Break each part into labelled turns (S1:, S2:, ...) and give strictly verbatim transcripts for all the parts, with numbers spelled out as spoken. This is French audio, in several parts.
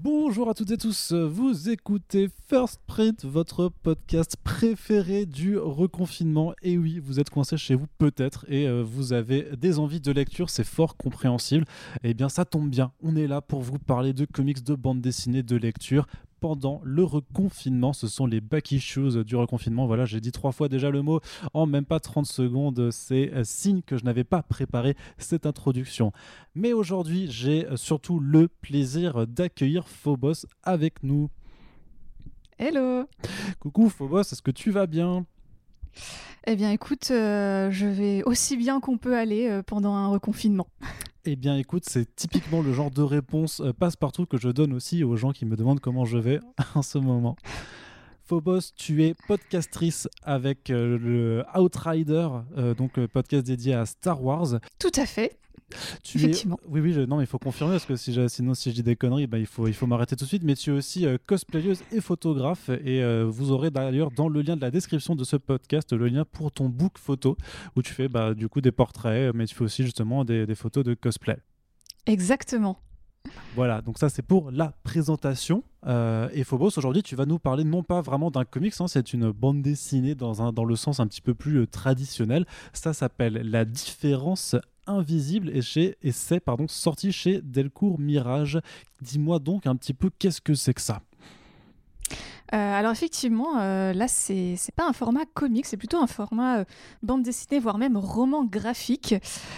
S1: Bonjour à toutes et tous, vous écoutez First Print, votre podcast préféré du reconfinement. Et oui, vous êtes coincé chez vous peut-être et euh, vous avez des envies de lecture, c'est fort compréhensible. Eh bien ça tombe bien, on est là pour vous parler de comics, de bande dessinée, de lecture. Pendant le reconfinement, ce sont les back issues du reconfinement. Voilà, j'ai dit trois fois déjà le mot en même pas trente secondes. C'est euh, signe que je n'avais pas préparé cette introduction. Mais aujourd'hui, j'ai surtout le plaisir d'accueillir Phobos avec nous.
S2: Hello.
S1: Coucou Phobos, est-ce que tu vas bien ?
S2: Eh bien écoute, euh, je vais aussi bien qu'on peut aller euh, pendant un reconfinement.
S1: Eh bien écoute, c'est typiquement le genre de réponse euh, passe-partout que je donne aussi aux gens qui me demandent comment je vais en ce moment. Phobos, tu es podcastrice avec euh, le Outrider, euh, donc le podcast dédié à Star Wars.
S2: Tout à fait.
S1: Tu
S2: Effectivement.
S1: Es... Oui, oui, je... non, mais il faut confirmer parce que si je... sinon, si je dis des conneries, bah, il faut, il faut m'arrêter tout de suite. Mais tu es aussi euh, cosplayeuse et photographe. Et euh, vous aurez d'ailleurs dans le lien de la description de ce podcast le lien pour ton book photo où tu fais bah, du coup des portraits, mais tu fais aussi justement des, des photos de cosplay.
S2: Exactement.
S1: Voilà, donc ça c'est pour la présentation. Euh, et Phobos, aujourd'hui tu vas nous parler non pas vraiment d'un comics, hein, c'est une bande dessinée dans, un, dans le sens un petit peu plus euh, traditionnel. Ça s'appelle La Différence Invisible et, chez, et c'est pardon, sorti chez Delcourt Mirage. Dis-moi donc un petit peu qu'est-ce que c'est que ça ?
S2: Euh, alors effectivement, euh, là c'est c'est pas un format comique, c'est plutôt un format euh, bande dessinée, voire même roman graphique.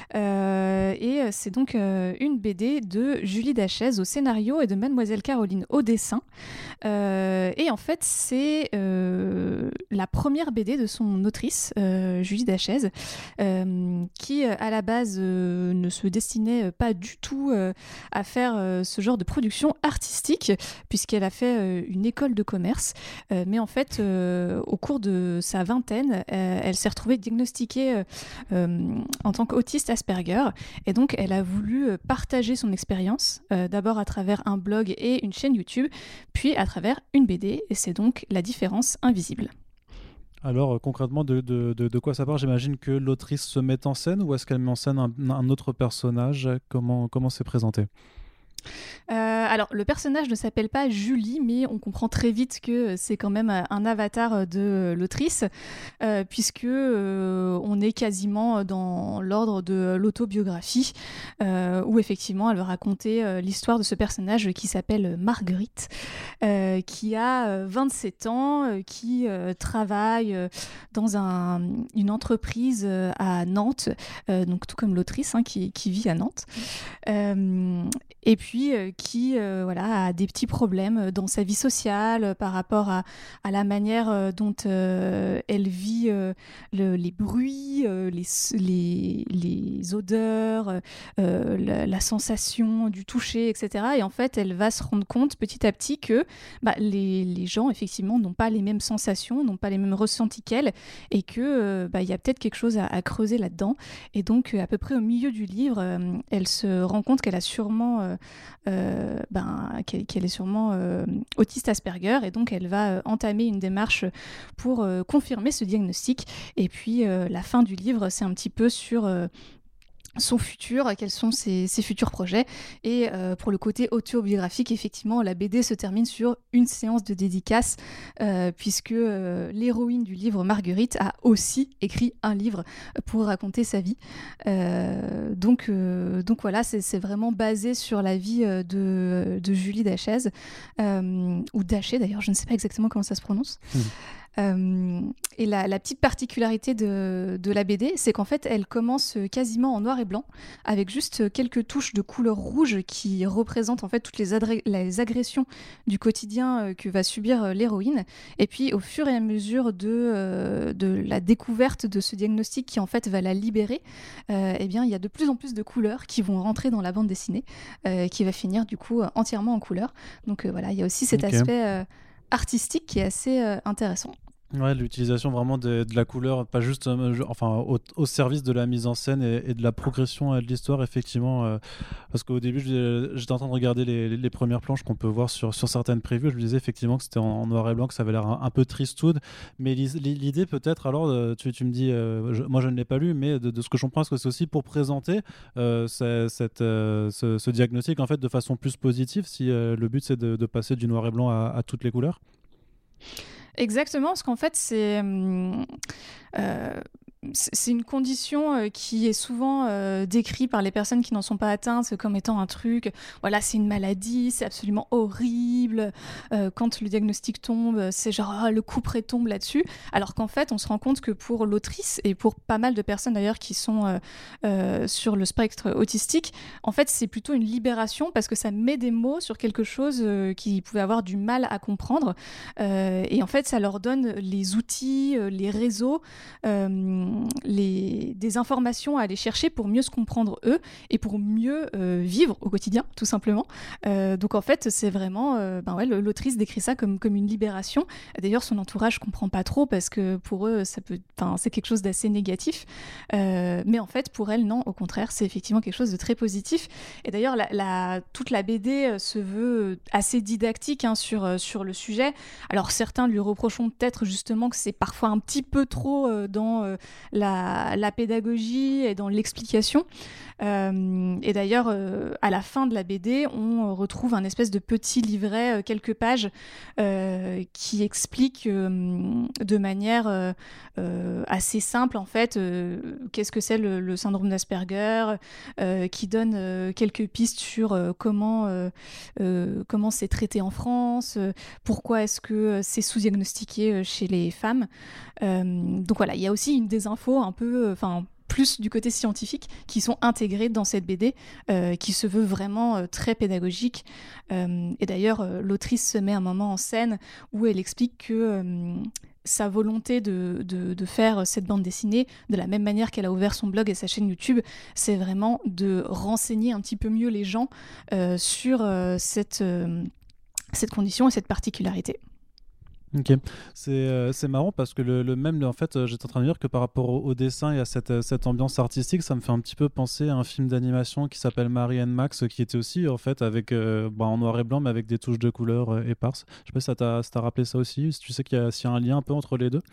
S2: Euh, et c'est donc euh, une B D de Julie Dachez au scénario et de Mademoiselle Caroline au dessin. Euh, et en fait, c'est euh, la première B D de son autrice, euh, Julie Dachez, euh, qui à la base euh, ne se destinait pas du tout euh, à faire euh, ce genre de production artistique, puisqu'elle a fait euh, une école de commerce. Euh, mais en fait, euh, au cours de sa vingtaine, euh, elle s'est retrouvée diagnostiquée euh, euh, en tant qu'autiste Asperger. Et donc, elle a voulu partager son expérience, euh, d'abord à travers un blog et une chaîne YouTube, puis à travers une B D. Et c'est donc La Différence Invisible.
S1: Alors euh, concrètement, de, de, de, de quoi ça parle ? J'imagine que l'autrice se met en scène ou est-ce qu'elle met en scène un, un autre personnage ? Comment, comment c'est présenté ?
S2: Euh, alors, le personnage ne s'appelle pas Julie, mais on comprend très vite que c'est quand même un avatar de l'autrice, euh, puisque euh, on est quasiment dans l'ordre de l'autobiographie, euh, où effectivement elle va raconter euh, l'histoire de ce personnage qui s'appelle Marguerite, euh, qui a vingt-sept ans, euh, qui euh, travaille euh, dans un, une entreprise euh, à Nantes, euh, donc tout comme l'autrice hein, qui, qui vit à Nantes. Euh, et puis euh, qui euh, voilà, a des petits problèmes dans sa vie sociale euh, par rapport à, à la manière euh, dont euh, elle vit euh, le, les bruits, euh, les, les, les odeurs, euh, la, la sensation du toucher, et cetera. Et en fait, elle va se rendre compte petit à petit que bah, les, les gens, effectivement, n'ont pas les mêmes sensations, n'ont pas les mêmes ressentis qu'elle, et qu'il euh, bah, y a peut-être quelque chose à, à creuser là-dedans. Et donc, à peu près au milieu du livre, euh, elle se rend compte qu'elle a sûrement... Euh, euh, ben, qu'elle, qu'elle est sûrement euh, autiste Asperger, et donc elle va euh, entamer une démarche pour euh, confirmer ce diagnostic. Et puis euh, la fin du livre, c'est un petit peu sur euh, son futur, quels sont ses, ses futurs projets. Et euh, pour le côté autobiographique, effectivement, la B D se termine sur une séance de dédicace, euh, puisque euh, l'héroïne du livre, Marguerite, a aussi écrit un livre pour raconter sa vie. Euh, donc, euh, donc voilà, c'est, c'est vraiment basé sur la vie de, de Julie Dachez, euh, ou Daché d'ailleurs, je ne sais pas exactement comment ça se prononce. Mmh. Euh, et la, la petite particularité de, de la B D, c'est qu'en fait, elle commence quasiment en noir et blanc, avec juste quelques touches de couleur rouge qui représentent en fait toutes les, adré- les agressions du quotidien que va subir l'héroïne. Et puis, au fur et à mesure de, euh, de la découverte de ce diagnostic qui en fait va la libérer, euh, eh bien, il y a de plus en plus de couleurs qui vont rentrer dans la bande dessinée, euh, qui va finir du coup entièrement en couleur. Donc euh, voilà, il y a aussi cet
S1: okay.
S2: aspect euh, artistique qui est assez euh, intéressant.
S1: Ouais, l'utilisation vraiment de, de la couleur, pas juste euh, je- enfin, au, au service de la mise en scène et, et de la progression euh, de l'histoire, effectivement. Euh, parce qu'au début, je- j'étais en train de regarder les, les- les premières planches qu'on peut voir sur, sur certaines previews. Je me disais effectivement que c'était en, en noir et blanc, que ça avait l'air un, un peu tristoude. Mais l'is- l'idée, peut-être, alors, euh, tu, tu me dis, euh, je- moi je ne l'ai pas lu, mais de, de ce que je comprends, est-ce que c'est aussi pour présenter euh, ce- cette, euh, ce, ce diagnostic en fait, de façon plus positive, si euh, le but c'est de, de passer du noir et blanc à, à toutes les couleurs?
S2: Exactement, parce qu'en fait, c'est hum, euh, c'est c'est une condition euh, qui est souvent euh, décrite par les personnes qui n'en sont pas atteintes comme étant un truc, voilà, c'est une maladie, c'est absolument horrible. Euh, quand le diagnostic tombe, c'est genre ah, le coup près tombe là-dessus. Alors qu'en fait, on se rend compte que pour l'autrice et pour pas mal de personnes d'ailleurs qui sont euh, euh, sur le spectre autistique, en fait, c'est plutôt une libération parce que ça met des mots sur quelque chose euh, qu'ils pouvaient avoir du mal à comprendre. Euh, et en fait, ça leur donne les outils, euh, les réseaux, euh, les, des informations à aller chercher pour mieux se comprendre eux et pour mieux euh, vivre au quotidien, tout simplement. Euh, donc en fait, c'est vraiment, euh, ben ouais, l'autrice décrit ça comme, comme une libération. D'ailleurs, son entourage comprend pas trop parce que pour eux, ça peut, enfin, c'est quelque chose d'assez négatif. Euh, mais en fait, pour elle, non, au contraire, c'est effectivement quelque chose de très positif. Et d'ailleurs, la, la, toute la B D se veut assez didactique hein, sur, sur le sujet. Alors certains lui reprochent peut-être justement que c'est parfois un petit peu trop euh, dans euh, la, la pédagogie et dans l'explication. Euh, et d'ailleurs, euh, à la fin de la B D, on retrouve un espèce de petit livret, euh, quelques pages, euh, qui explique euh, de manière euh, euh, assez simple, en fait, euh, qu'est-ce que c'est le, le syndrome d'Asperger, euh, qui donne euh, quelques pistes sur euh, comment, euh, euh, comment c'est traité en France, euh, pourquoi est-ce que c'est sous-diagnostiqué euh, chez les femmes. Euh, donc voilà, il y a aussi une des infos un peu... Enfin, plus du côté scientifique, qui sont intégrés dans cette B D, euh, qui se veut vraiment euh, très pédagogique. Euh, et d'ailleurs, euh, l'autrice se met un moment en scène où elle explique que euh, sa volonté de, de, de faire cette bande dessinée, de la même manière qu'elle a ouvert son blog et sa chaîne YouTube, c'est vraiment de renseigner un petit peu mieux les gens euh, sur euh, cette, euh, cette condition et cette particularité.
S1: Ok, c'est euh, c'est marrant parce que le, le même, en fait, euh, j'étais en train de dire que par rapport au, au dessin et à cette, euh, cette ambiance artistique, ça me fait un petit peu penser à un film d'animation qui s'appelle Mary and Max, qui était aussi en fait avec euh, bah, en noir et blanc, mais avec des touches de couleurs euh, éparses. Je sais pas si ça t'a ça t'a rappelé ça aussi, si tu sais qu'il y a, s'il y a un lien un peu entre les deux.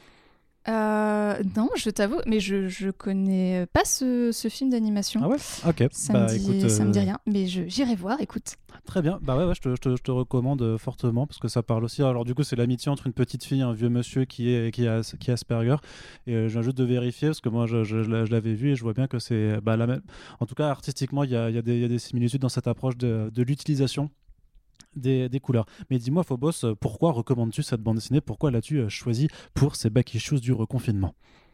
S2: Euh, non, je t'avoue, mais je, je connais pas ce, ce film d'animation.
S1: Ah ouais? Ok,
S2: Ça,
S1: bah
S2: me dit,
S1: écoute,
S2: ça me dit
S1: euh,
S2: rien, mais je, j'irai voir, écoute.
S1: très bien. Bah ouais, ouais, je te, je te- je te recommande euh, fortement parce que ça parle aussi. Alors du coup, c'est l'amitié entre une petite fille et un vieux monsieur qui est qui a qui a Asperger. Et euh, je viens juste de vérifier parce que moi, je, je- je l'a- je l'avais vu et je vois bien que c'est bah, la même. En tout cas, artistiquement, il y a, il y a des, il y a des similitudes dans cette approche de, de l'utilisation des, des couleurs. Mais dis-moi, Phobos, euh, pourquoi recommandes-tu cette bande dessinée? Pourquoi l'as-tu euh, choisie pour ces back issues du reconfinement?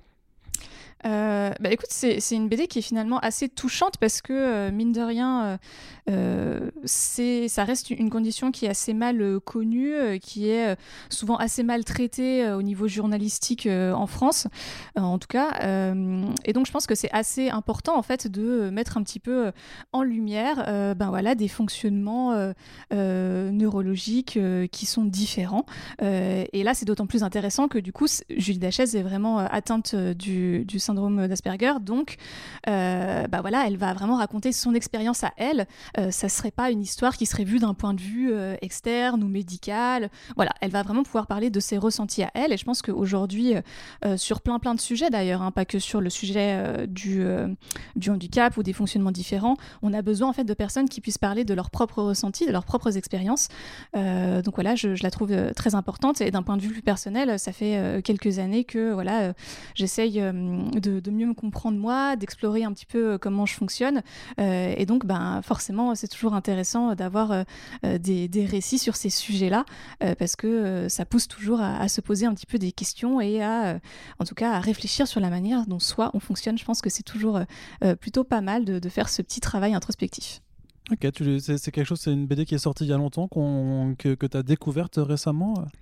S2: Euh, bah écoute, c'est, c'est une B D qui est finalement assez touchante parce que, euh, mine de rien, euh, euh, c'est, ça reste une condition qui est assez mal euh, connue, euh, qui est euh, souvent assez mal traitée euh, au niveau journalistique euh, en France, euh, en tout cas. Euh, et donc, je pense que c'est assez important, en fait, de mettre un petit peu euh, en lumière euh, ben voilà, des fonctionnements euh, euh, neurologiques euh, qui sont différents. Euh, et là, c'est d'autant plus intéressant que, du coup, Julie Dachès est vraiment euh, atteinte euh, du, du syndrome d'Asperger, donc euh, bah voilà, elle va vraiment raconter son expérience à elle. Euh, ça serait pas une histoire qui serait vue d'un point de vue euh, externe ou médical. Voilà, elle va vraiment pouvoir parler de ses ressentis à elle. Et je pense qu'aujourd'hui, euh, sur plein plein de sujets d'ailleurs, hein, pas que sur le sujet euh, du, euh, du handicap ou des fonctionnements différents, on a besoin en fait de personnes qui puissent parler de leurs propres ressentis, de leurs propres expériences. Euh, donc voilà, je, je la trouve euh, très importante. Et d'un point de vue plus personnel, ça fait euh, quelques années que voilà, euh, j'essaye euh, de, de mieux me comprendre moi, d'explorer un petit peu comment je fonctionne. Euh, et donc, ben, forcément, c'est toujours intéressant d'avoir euh, des, des récits sur ces sujets-là, euh, parce que euh, ça pousse toujours à, à se poser un petit peu des questions et à, euh, en tout cas, à réfléchir sur la manière dont soi on fonctionne. Je pense que c'est toujours euh, plutôt pas mal de, de faire ce petit travail introspectif.
S1: Ok, tu, c'est, c'est quelque chose, c'est une B D qui est sortie il y a longtemps, qu'on, que, que tu as découverte récemment?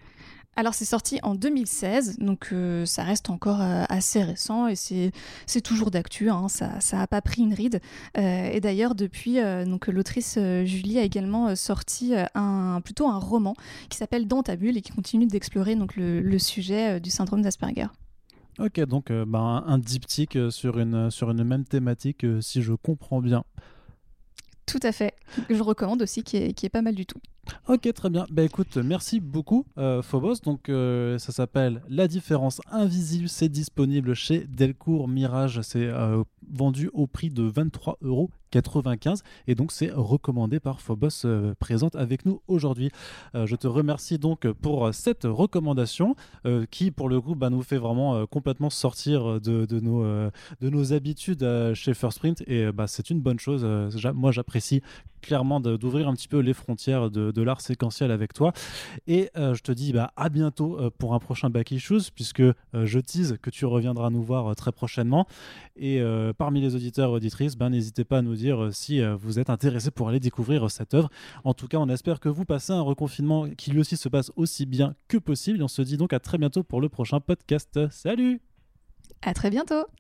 S2: Alors c'est sorti en deux mille seize, donc euh, ça reste encore euh, assez récent et c'est, c'est toujours d'actu, hein, ça n'a pas pris une ride. Euh, et d'ailleurs depuis, euh, donc, l'autrice euh, Julie a également euh, sorti euh, un, plutôt un roman qui s'appelle Dans ta bulle et qui continue d'explorer donc, le, le sujet euh, du syndrome d'Asperger.
S1: Ok, donc euh, bah, un, un diptyque euh, sur une, sur une même thématique, euh, si je comprends bien.
S2: Tout à fait, je recommande aussi, qui est, qui est pas mal du tout.
S1: Ok, très bien. Bah écoute, merci beaucoup euh, Phobos. Donc euh, ça s'appelle La différence invisible. C'est disponible chez Delcourt Mirage. C'est euh, vendu au prix de vingt-trois euros quatre-vingt-quinze et donc c'est recommandé par Phobos euh, présente avec nous aujourd'hui. Euh, je te remercie donc pour cette recommandation euh, qui pour le coup bah, nous fait vraiment euh, complètement sortir de, de, nos, euh, de nos habitudes euh, chez First Print et bah, c'est une bonne chose. Euh, j'a- moi j'apprécie clairement de, d'ouvrir un petit peu les frontières de, de l'art séquentiel avec toi et euh, je te dis bah, à bientôt euh, pour un prochain Back Issues puisque euh, je tease que tu reviendras nous voir euh, très prochainement et euh, parmi les auditeurs et auditrices ben, n'hésitez pas à nous dire euh, si euh, vous êtes intéressés pour aller découvrir euh, cette œuvre. En tout cas on espère que vous passez un reconfinement qui lui aussi se passe aussi bien que possible et on se dit donc à très bientôt pour le prochain podcast. Salut!
S2: À très bientôt.